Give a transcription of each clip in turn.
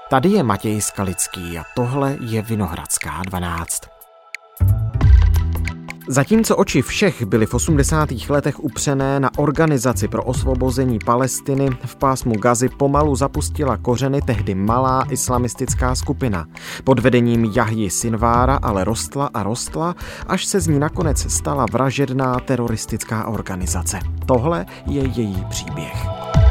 Tady je Matěj Skalický a tohle je Vinohradská 12. Zatímco oči všech byly v 80. letech upřené na Organizaci pro osvobození Palestiny, v pásmu Gazy pomalu zapustila kořeny tehdy malá islamistická skupina. Pod vedením Jahji Sinvára ale rostla a rostla, až se z ní nakonec stala vražedná teroristická organizace. Tohle je její příběh.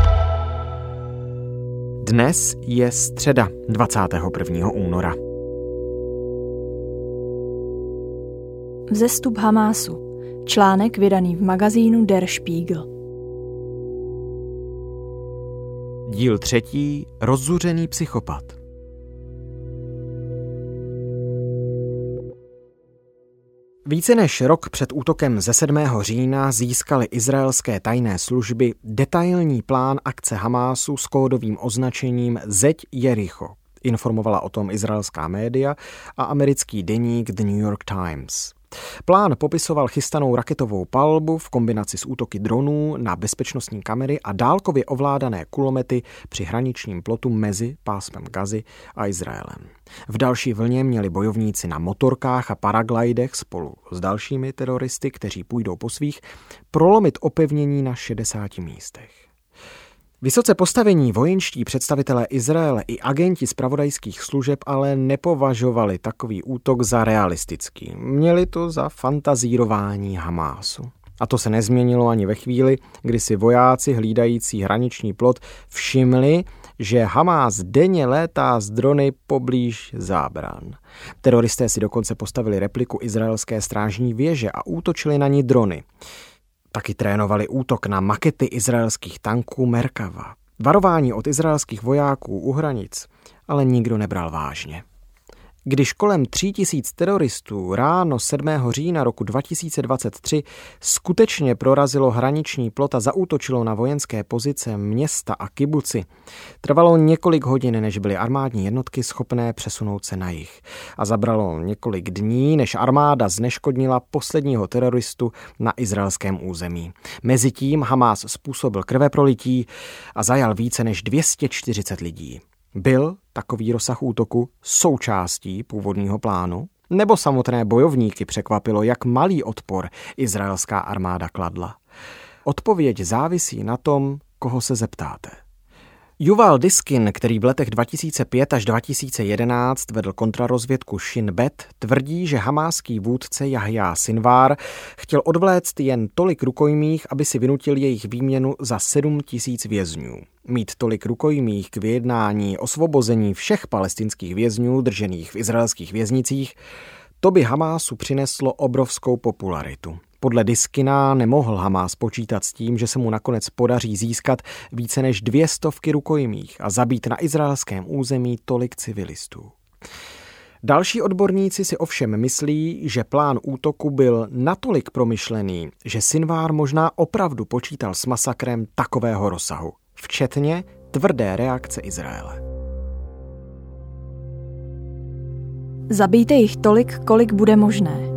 Dnes je středa 21. února. Vzestup Hamásu. Článek vydaný v magazínu Der Spiegel. Díl 3. Rozzuřený psychopat. Více než rok před útokem ze 7. října získaly izraelské tajné služby detailní plán akce Hamásu s kódovým označením Zeď Jericho. Informovala o tom izraelská média a americký deník The New York Times. Plán popisoval chystanou raketovou palbu v kombinaci s útoky dronů na bezpečnostní kamery a dálkově ovládané kulomety při hraničním plotu mezi pásmem Gazy a Izraelem. V další vlně měli bojovníci na motorkách a paraglidech spolu s dalšími teroristy, kteří půjdou po svých, prolomit opevnění na 60 místech. Vysoce postavení vojenští představitelé Izraele i agenti zpravodajských služeb ale nepovažovali takový útok za realistický. Měli to za fantazírování Hamásu. A to se nezměnilo ani ve chvíli, kdy si vojáci hlídající hraniční plot všimli, že Hamás denně létá z drony poblíž zábran. Teroristé si dokonce postavili repliku izraelské strážní věže a útočili na ní drony. Taky trénovali útok na makety izraelských tanků Merkava. Varování od izraelských vojáků u hranic ale nikdo nebral vážně. Když kolem 3000 teroristů ráno 7. října roku 2023 skutečně prorazilo hraniční plot a zaútočilo na vojenské pozice města a kibuci, trvalo několik hodin, než byly armádní jednotky schopné přesunout se na jih. A zabralo několik dní, než armáda zneškodnila posledního teroristu na izraelském území. Mezitím Hamás způsobil krveprolití a zajal více než 240 lidí. Byl takový rozsah útoku součástí původního plánu? Nebo samotné bojovníky překvapilo, jak malý odpor izraelská armáda kladla? Odpověď závisí na tom, koho se zeptáte. Yuval Diskin, který v letech 2005 až 2011 vedl kontrarozvědku Shin Bet, tvrdí, že hamáský vůdce Jahja Sinvár chtěl odvléct jen tolik rukojmích, aby si vynutil jejich výměnu za 7 000 vězňů. Mít tolik rukojmích k vyjednání osvobození všech palestinských vězňů držených v izraelských věznicích, to by Hamásu přineslo obrovskou popularitu. Podle Diskina nemohl Hamás počítat s tím, že se mu nakonec podaří získat více než 200 rukojmích a zabít na izraelském území tolik civilistů. Další odborníci si ovšem myslí, že plán útoku byl natolik promyšlený, že Sinvár možná opravdu počítal s masakrem takového rozsahu, včetně tvrdé reakce Izraele. Zabijte jich tolik, kolik bude možné.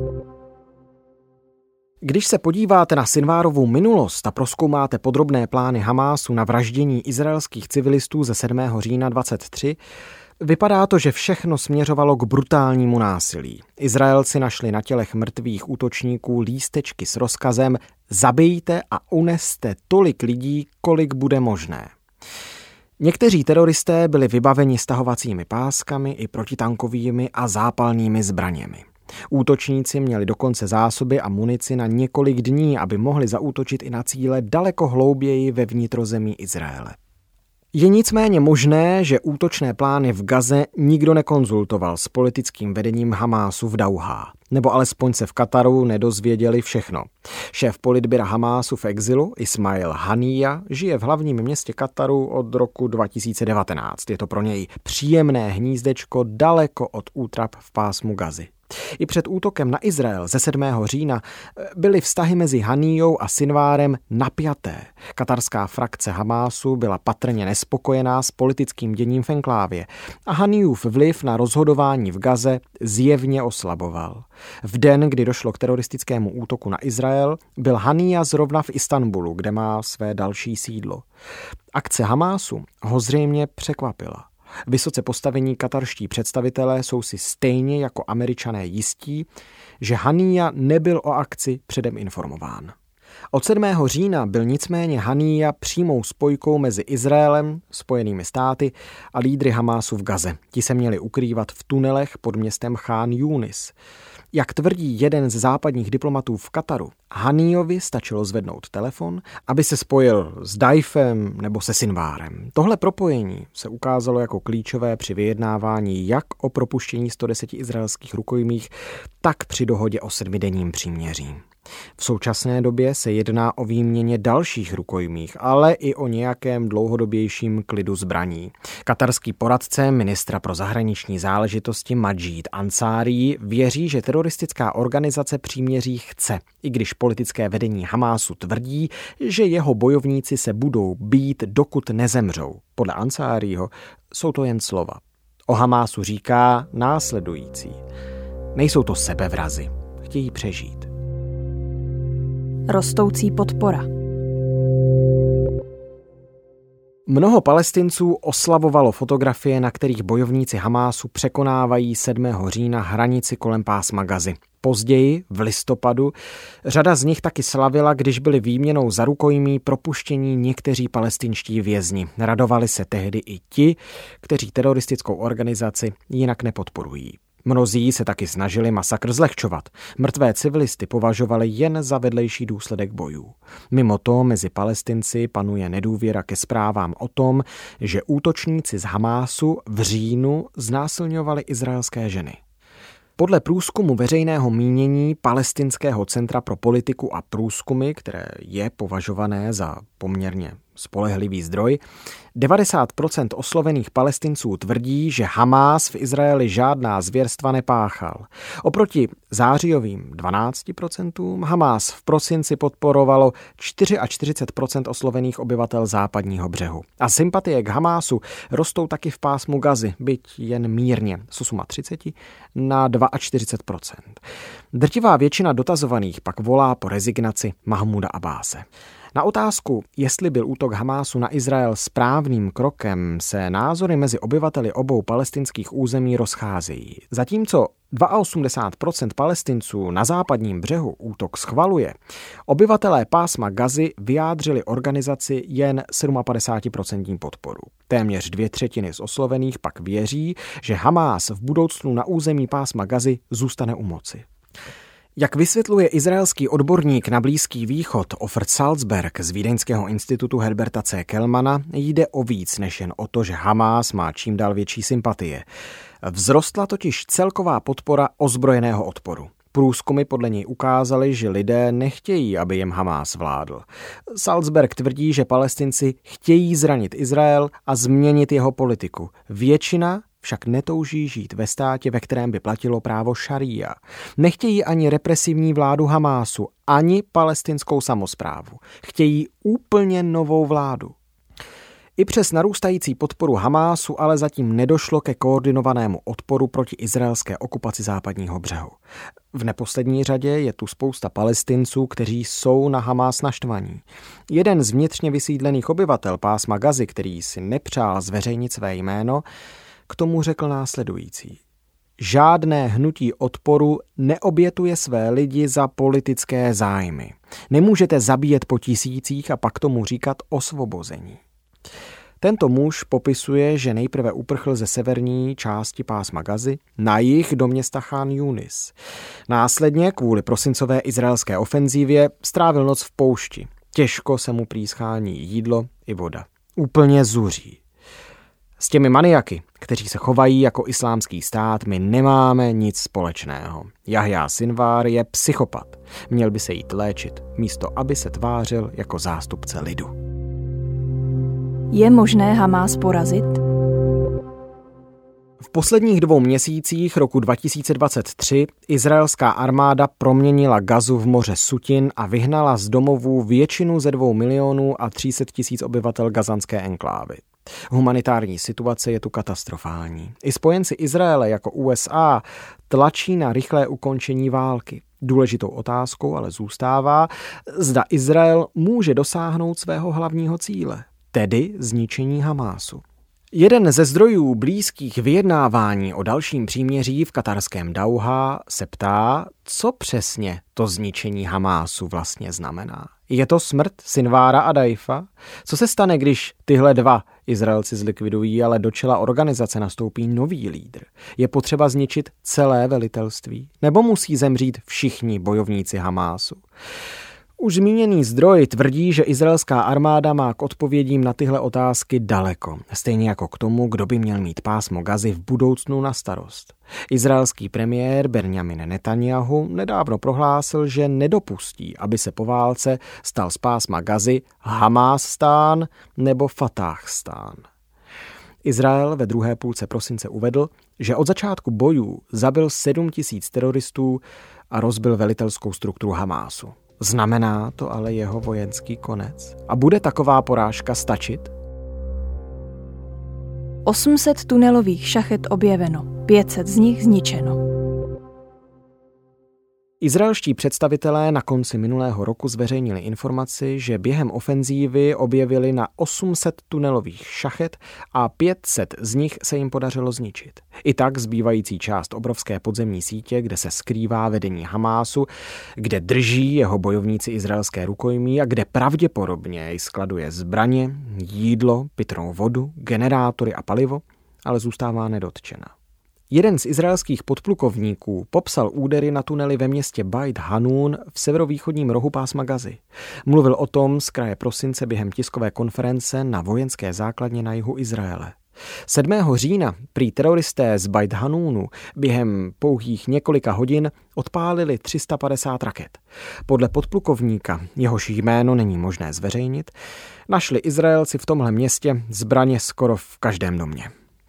Když se podíváte na Sinvárovu minulost a prozkoumáte podrobné plány Hamásu na vraždění izraelských civilistů ze 7. října 23, vypadá to, že všechno směřovalo k brutálnímu násilí. Izraelci našli na tělech mrtvých útočníků lístečky s rozkazem zabijte a uneste tolik lidí, kolik bude možné. Někteří teroristé byli vybaveni stahovacími páskami i protitankovými a zápalnými zbraněmi. Útočníci měli dokonce zásoby a munici na několik dní, aby mohli zaútočit i na cíle daleko hlouběji ve vnitrozemí Izraele. Je nicméně možné, že útočné plány v Gaze nikdo nekonzultoval s politickým vedením Hamásu v Dauhá, nebo alespoň se v Kataru nedozvěděli všechno. Šéf politbyra Hamásu v exilu, Ismail Hanija, žije v hlavním městě Kataru od roku 2019. Je to pro něj příjemné hnízdečko daleko od útrap v pásmu Gazy. I před útokem na Izrael ze 7. října byly vztahy mezi Hanijou a Sinvárem napjaté. Katarská frakce Hamásu byla patrně nespokojená s politickým děním v enklávě a Hanijův vliv na rozhodování v Gaze zjevně oslaboval. V den, kdy došlo k teroristickému útoku na Izrael, byl Hanija zrovna v Istanbulu, kde má své další sídlo. Akce Hamásu ho zřejmě překvapila. Vysoce postavení katarští představitelé jsou si stejně jako Američané jistí, že Hanija nebyl o akci předem informován. Od 7. října byl nicméně Hanija přímou spojkou mezi Izraelem, Spojenými státy a lídry Hamásu v Gaze. Ti se měli ukrývat v tunelech pod městem Chán Júnis. Jak tvrdí jeden z západních diplomatů v Kataru, Hanijovi stačilo zvednout telefon, aby se spojil s Daifem nebo se Sinvárem. Tohle propojení se ukázalo jako klíčové při vyjednávání jak o propuštění 110 izraelských rukojmích, tak při dohodě o 7denním příměří. V současné době se jedná o výměně dalších rukojmích, ale i o nějakém dlouhodobějším klidu zbraní. Katarský poradce ministra pro zahraniční záležitosti Majid Ansari věří, že teroristická organizace příměří chce, i když politické vedení Hamásu tvrdí, že jeho bojovníci se budou bít, dokud nezemřou. Podle Ansariho jsou to jen slova. O Hamásu říká následující. Nejsou to sebevrazi, chtějí přežít. Rostoucí podpora. Mnoho Palestinců oslavovalo fotografie, na kterých bojovníci Hamásu překonávají 7. října hranici kolem pásma Gazy. Později, v listopadu, řada z nich taky slavila, když byli výměnou za rukojmí propuštění někteří palestinští vězni. Radovali se tehdy i ti, kteří teroristickou organizaci jinak nepodporují. Mnozí se taky snažili masakr zlehčovat. Mrtvé civilisty považovali jen za vedlejší důsledek bojů. Mimo to mezi Palestinci panuje nedůvěra ke zprávám o tom, že útočníci z Hamásu v říjnu znásilňovali izraelské ženy. Podle průzkumu veřejného mínění Palestinského centra pro politiku a průzkumy, které je považované za poměrně spolehlivý zdroj, 90% oslovených Palestinců tvrdí, že Hamás v Izraeli žádná zvěrstva nepáchal. Oproti zářijovým 12% Hamás v prosinci podporovalo 44% oslovených obyvatel západního břehu. A sympatie k Hamásu rostou taky v pásmu Gazy, byť jen mírně, z 38 na 42%. Drtivá většina dotazovaných pak volá po rezignaci Mahmuda Abbáse. Na otázku, jestli byl útok Hamásu na Izrael správným krokem, se názory mezi obyvateli obou palestinských území rozcházejí. Zatímco 82% Palestinců na západním břehu útok schvaluje, obyvatelé pásma Gazy vyjádřili organizaci jen 57% podporu. Téměř 2/3 z oslovených pak věří, že Hamás v budoucnu na území pásma Gazy zůstane u moci. Jak vysvětluje izraelský odborník na Blízký východ Ofert Salzberg z Vídeňského institutu Herberta C. Kellmana, jde o víc než jen o to, že Hamás má čím dál větší sympatie. Vzrostla totiž celková podpora ozbrojeného odporu. Průzkumy podle něj ukázaly, že lidé nechtějí, aby jim Hamás vládl. Salzberg tvrdí, že Palestinci chtějí zranit Izrael a změnit jeho politiku. Většina však netouží žít ve státě, ve kterém by platilo právo šaría. Nechtějí ani represivní vládu Hamásu, ani palestinskou samosprávu. Chtějí úplně novou vládu. I přes narůstající podporu Hamásu ale zatím nedošlo ke koordinovanému odporu proti izraelské okupaci západního břehu. V neposlední řadě je tu spousta Palestinců, kteří jsou na Hamás naštvaní. Jeden z vnitřně vysídlených obyvatel pásma Gazy, který si nepřál zveřejnit své jméno, k tomu řekl následující. Žádné hnutí odporu neobětuje své lidi za politické zájmy. Nemůžete zabíjet po tisících a pak tomu říkat osvobození. Tento muž popisuje, že nejprve uprchl ze severní části pásma Gazy na jih do města Chán Júnis. Následně kvůli prosincové izraelské ofenzívě strávil noc v poušti. Těžko se mu prý schání jídlo i voda. Úplně zuří. S těmi maniaky, kteří se chovají jako islámský stát, my nemáme nic společného. Jahja Sinvár je psychopat. Měl by se jít léčit, místo aby se tvářil jako zástupce lidu. Je možné Hamás porazit? V posledních 2 měsících roku 2023 izraelská armáda proměnila Gazu v moře sutin a vyhnala z domovů většinu ze 2 milionů a 300 000 obyvatel gazanské enklávy. Humanitární situace je tu katastrofální. I spojenci Izraele jako USA tlačí na rychlé ukončení války. Důležitou otázkou ale zůstává, zda Izrael může dosáhnout svého hlavního cíle, tedy zničení Hamásu. Jeden ze zdrojů blízkých vyjednávání o dalším příměří v katarském Dauha se ptá, co přesně to zničení Hamásu vlastně znamená. Je to smrt Sinvára a Daifa? Co se stane, když tyhle dva Izraelci zlikvidují, ale do čela organizace nastoupí nový lídr? Je potřeba zničit celé velitelství? Nebo musí zemřít všichni bojovníci Hamásu? Už zmíněný zdroj tvrdí, že izraelská armáda má k odpovědím na tyhle otázky daleko, stejně jako k tomu, kdo by měl mít pásmo Gazy v budoucnu na starost. Izraelský premiér Benjamin Netanjahu nedávno prohlásil, že nedopustí, aby se po válce stal z pásma Gazy Hamástán nebo Fatahstán. Izrael ve druhé půlce prosince uvedl, že od začátku bojů zabil 7 000 teroristů a rozbil velitelskou strukturu Hamásu. Znamená to ale jeho vojenský konec? A bude taková porážka stačit? 800 tunelových šachet objeveno, 500 z nich zničeno. Izraelští představitelé na konci minulého roku zveřejnili informaci, že během ofenzívy objevili na 800 tunelových šachet a 500 z nich se jim podařilo zničit. I tak zbývající část obrovské podzemní sítě, kde se skrývá vedení Hamásu, kde drží jeho bojovníci izraelské rukojmí a kde pravděpodobně skladuje zbraně, jídlo, pitnou vodu, generátory a palivo, ale zůstává nedotčena. Jeden z izraelských podplukovníků popsal údery na tunely ve městě Beit Hanun v severovýchodním rohu pásma Gazy. Mluvil o tom z kraje prosince během tiskové konference na vojenské základně na jihu Izraele. 7. října prý teroristé z Beit Hanunu během pouhých několika hodin odpálili 350 raket. Podle podplukovníka, jehož jméno není možné zveřejnit, našli Izraelci v tomhle městě zbraně skoro v každém domě.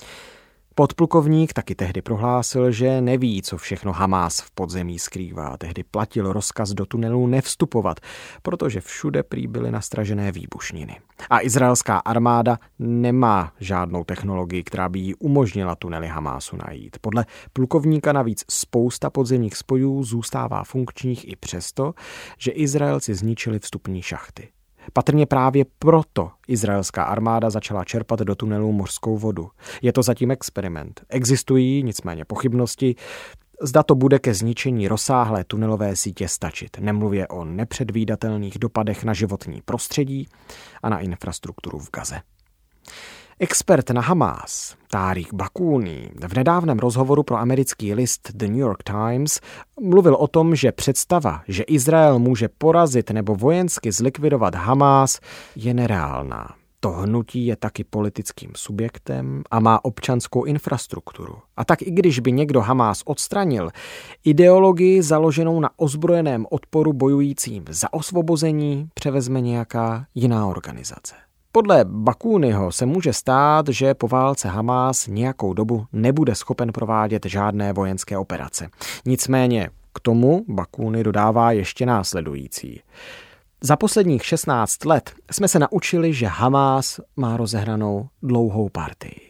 Podplukovník taky tehdy prohlásil, že neví, co všechno Hamás v podzemí skrývá. Tehdy platil rozkaz do tunelů nevstupovat, protože všude prý byly nastražené výbušniny. A izraelská armáda nemá žádnou technologii, která by jí umožnila tunely Hamásu najít. Podle plukovníka navíc spousta podzemních spojů zůstává funkčních i přesto, že Izraelci zničili vstupní šachty. Patrně právě proto izraelská armáda začala čerpat do tunelů mořskou vodu. Je to zatím experiment. Existují nicméně pochybnosti, zda to bude ke zničení rozsáhlé tunelové sítě stačit. Nemluvě o nepředvídatelných dopadech na životní prostředí a na infrastrukturu v Gaze. Expert na Hamás, Tárik Bakuni, v nedávném rozhovoru pro americký list The New York Times mluvil o tom, že představa, že Izrael může porazit nebo vojensky zlikvidovat Hamás, je nereálná. To hnutí je taky politickým subjektem a má občanskou infrastrukturu. A tak i když by někdo Hamás odstranil, ideologii založenou na ozbrojeném odporu bojujícím za osvobození převezme nějaká jiná organizace. Podle Bakuniho se může stát, že po válce Hamás nějakou dobu nebude schopen provádět žádné vojenské operace. Nicméně k tomu Bakuni dodává ještě následující. Za posledních 16 let jsme se naučili, že Hamás má rozehranou dlouhou partii.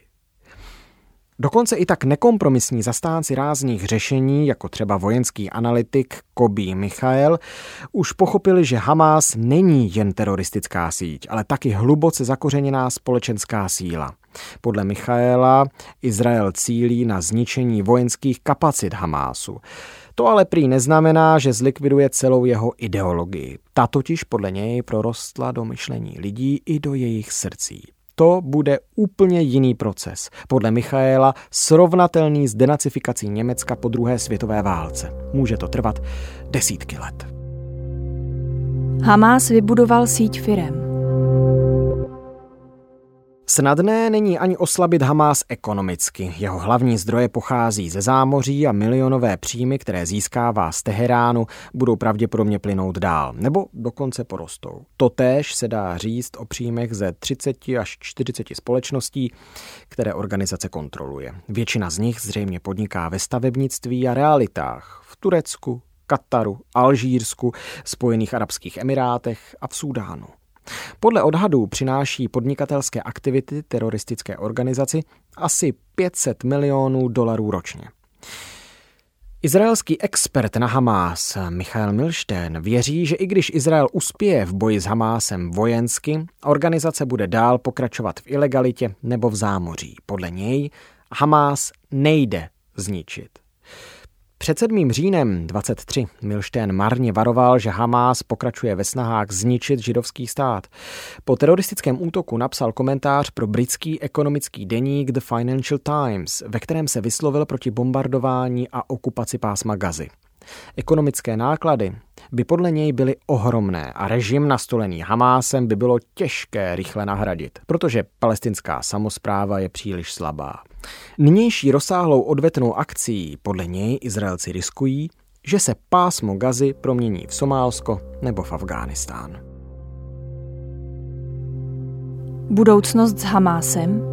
Dokonce i tak nekompromisní zastánci rázných řešení, jako třeba vojenský analytik Kobi Michael, už pochopili, že Hamás není jen teroristická síť, ale taky hluboce zakořeněná společenská síla. Podle Michaela Izrael cílí na zničení vojenských kapacit Hamásu. To ale prý neznamená, že zlikviduje celou jeho ideologii. Ta totiž podle něj prorostla do myšlení lidí i do jejich srdcí. To bude úplně jiný proces. Podle Michaela srovnatelný s denacifikací Německa po druhé světové válce. Může to trvat desítky let. Hamás vybudoval síť firem. Snadné není ani oslabit Hamás ekonomicky. Jeho hlavní zdroje pochází ze zámoří a milionové příjmy, které získává z Teheránu, budou pravděpodobně plynout dál, nebo dokonce porostou. Totéž se dá říct o příjmech ze 30 až 40 společností, které organizace kontroluje. Většina z nich zřejmě podniká ve stavebnictví a realitách v Turecku, Kataru, Alžírsku, Spojených arabských emirátech a v Súdánu. Podle odhadů přináší podnikatelské aktivity teroristické organizaci asi $500 milionů ročně. Izraelský expert na Hamás Michael Milstein věří, že i když Izrael uspěje v boji s Hamásem vojensky, organizace bude dál pokračovat v ilegalitě nebo v zámoří. Podle něj Hamás nejde zničit. Před 7. říjnem 23 Milstein marně varoval, že Hamás pokračuje ve snahách zničit židovský stát. Po teroristickém útoku napsal komentář pro britský ekonomický deník The Financial Times, ve kterém se vyslovil proti bombardování a okupaci pásma Gazy. Ekonomické náklady by podle něj byly ohromné a režim nastolený Hamásem by bylo těžké rychle nahradit, protože palestinská samospráva je příliš slabá. Nynější rozsáhlou odvetnou akcí podle něj Izraelci riskují, že se pásmo Gazy promění v Somálsko nebo v Afghánistán. Budoucnost s Hamásem.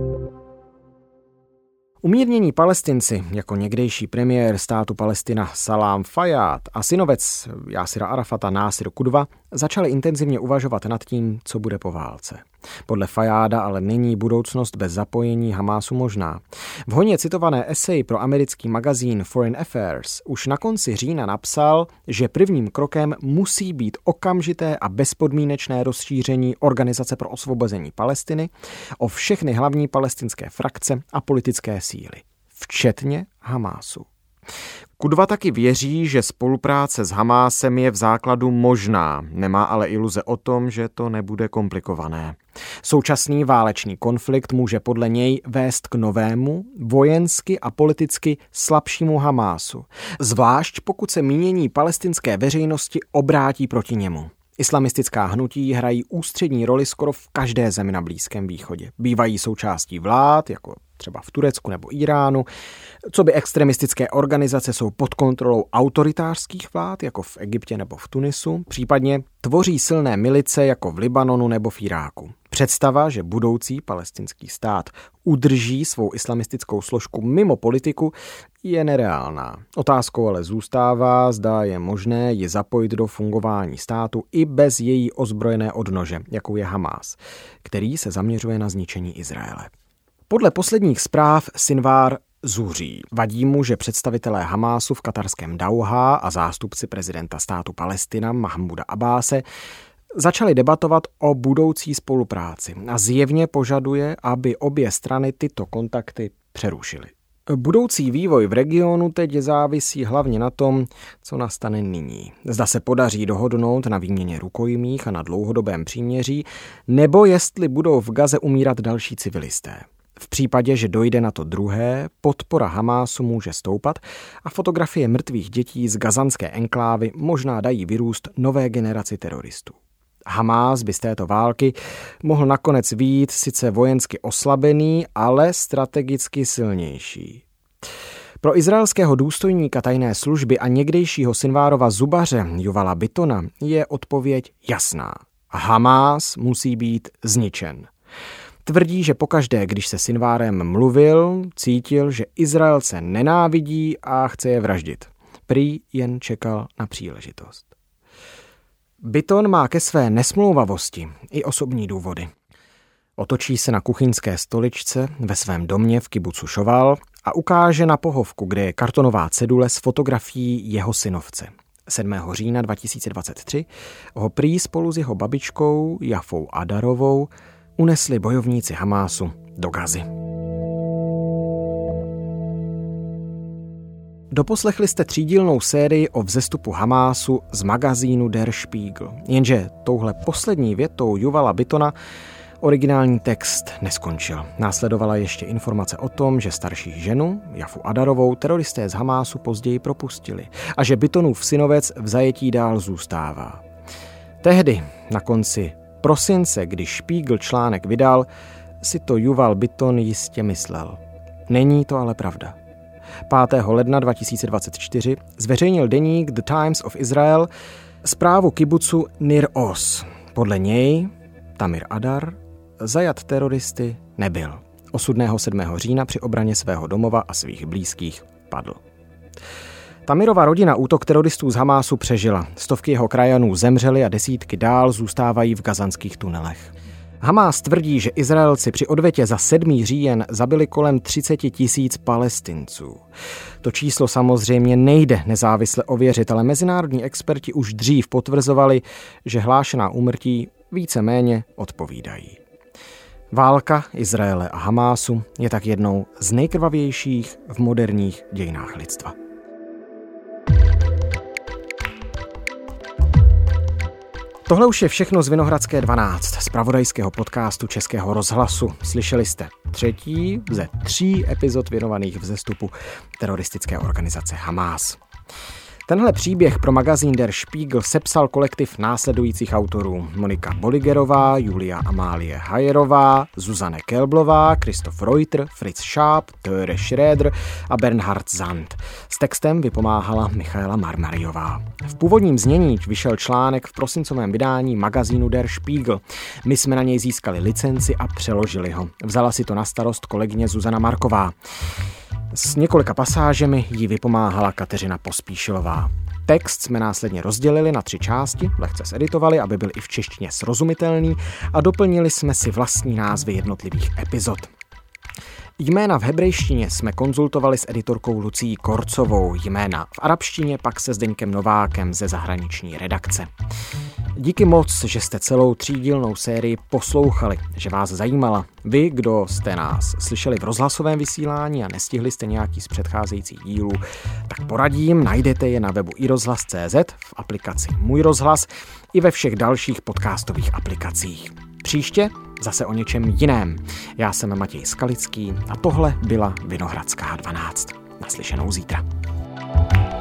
Umírnění Palestinci jako někdejší premiér státu Palestina Salám Fajad a synovec Jásira Arafata Násir Kudva začali intenzivně uvažovat nad tím, co bude po válce. Podle Fajáda ale není budoucnost bez zapojení Hamásu možná. V hojně citované eseji pro americký magazín Foreign Affairs už na konci října napsal, že prvním krokem musí být okamžité a bezpodmínečné rozšíření Organizace pro osvobození Palestiny o všechny hlavní palestinské frakce a politické síly, včetně Hamásu. Kudva taky věří, že spolupráce s Hamásem je v základu možná, nemá ale iluze o tom, že to nebude komplikované. Současný válečný konflikt může podle něj vést k novému, vojensky a politicky slabšímu Hamásu, zvlášť pokud se mínění palestinské veřejnosti obrátí proti němu. Islamistická hnutí hrají ústřední roli skoro v každé zemi na Blízkém východě. Bývají součástí vlád, jako třeba v Turecku nebo Iránu. Coby extremistické organizace jsou pod kontrolou autoritářských vlád, jako v Egyptě nebo v Tunisu, případně tvoří silné milice, jako v Libanonu nebo v Iráku. Představa, že budoucí palestinský stát udrží svou islamistickou složku mimo politiku, je nereálná. Otázkou ale zůstává, zda je možné ji zapojit do fungování státu i bez její ozbrojené odnože, jakou je Hamás, který se zaměřuje na zničení Izraele. Podle posledních zpráv Sinvar zuří. Vadí mu, že představitelé Hamásu v katarském Dauhá a zástupci prezidenta státu Palestina Mahmuda Abbáse začali debatovat o budoucí spolupráci a zjevně požaduje, aby obě strany tyto kontakty přerušily. Budoucí vývoj v regionu teď závisí hlavně na tom, co nastane nyní. Zda se podaří dohodnout na výměně rukojmích a na dlouhodobém příměří, nebo jestli budou v Gaze umírat další civilisté. V případě, že dojde na to druhé, podpora Hamásu může stoupat a fotografie mrtvých dětí z gazanské enklávy možná dají vyrůst nové generaci teroristů. Hamás by z této války mohl nakonec vyjít sice vojensky oslabený, ale strategicky silnější. Pro izraelského důstojníka tajné služby a někdejšího Sinvárova zubaře Juvala Bitona je odpověď jasná. Hamás musí být zničen. Tvrdí, že pokaždé, když se Sinvárem mluvil, cítil, že Izraelce nenávidí a chce je vraždit. Prý jen čekal na příležitost. Biton má ke své nesmlouvavosti i osobní důvody. Otočí se na kuchyňské stoličce ve svém domě v kibucu Šoval a ukáže na pohovku, kde je kartonová cedule s fotografií jeho synovce. 7. října 2023 ho prý spolu s jeho babičkou Jafou Adarovou unesli bojovníci Hamásu do Gazy. Doposlechli jste třídílnou sérii o vzestupu Hamásu z magazínu Der Spiegel. Jenže touhle poslední větou Juvala Bitona originální text neskončil. Následovala ještě informace o tom, že starší ženu, Jafu Adarovou, teroristé z Hamásu později propustili a že Bitonův synovec v zajetí dál zůstává. Tehdy, na konci prosince, když Spiegel článek vydal, si to Juval Biton jistě myslel. Není to ale pravda. 5. ledna 2024 zveřejnil deník The Times of Israel zprávu kibucu Nir Oz. Podle něj Tamir Adar zajat teroristy nebyl. Osudného 7. října při obraně svého domova a svých blízkých padl. Tamirova rodina útok teroristů z Hamásu přežila. Stovky jeho krajanů zemřely a desítky dál zůstávají v gazanských tunelech. Hamás tvrdí, že Izraelci při odvetě za 7. říjen zabili kolem 30 000 Palestinců. To číslo samozřejmě nejde nezávisle ověřit, ale mezinárodní experti už dřív potvrzovali, že hlášená úmrtí víceméně odpovídají. Válka Izraele a Hamásu je tak jednou z nejkrvavějších v moderních dějinách lidstva. Tohle už je všechno z Vinohradské 12, z zpravodajského podcastu Českého rozhlasu. Slyšeli jste 3. ze 3 epizod věnovaných vzestupu teroristické organizace Hamás. Tenhle příběh pro magazín Der Spiegel sepsal kolektiv následujících autorů: Monika Boligerová, Julia Amálie Hajerová, Zuzane Kelblová, Christoph Reuter, Fritz Schaap, Töre Schröder a Bernhard Sand. S textem vypomáhala Michaela Marmariová. V původním znění vyšel článek v prosincovém vydání magazínu Der Spiegel. My jsme na něj získali licenci a přeložili ho. Vzala si to na starost kolegyně Zuzana Marková. S několika pasážemi jí vypomáhala Kateřina Pospíšilová. Text jsme následně rozdělili na 3 části, lehce zeditovali, aby byl i v češtině srozumitelný, a doplnili jsme si vlastní názvy jednotlivých epizod. Jména v hebrejštině jsme konzultovali s editorkou Lucií Korcovou, jména v arabštině pak se Zdeňkem Novákem ze zahraniční redakce. Díky moc, že jste celou 3dílnou sérii poslouchali, že vás zajímala. Vy, kdo jste nás slyšeli v rozhlasovém vysílání a nestihli jste nějaký z předcházejících dílů, tak poradím, najdete je na webu iRozhlas.cz, v aplikaci Můj rozhlas i ve všech dalších podcastových aplikacích. Příště zase o něčem jiném. Já jsem Matěj Skalický a tohle byla Vinohradská 12. Naslyšenou zítra.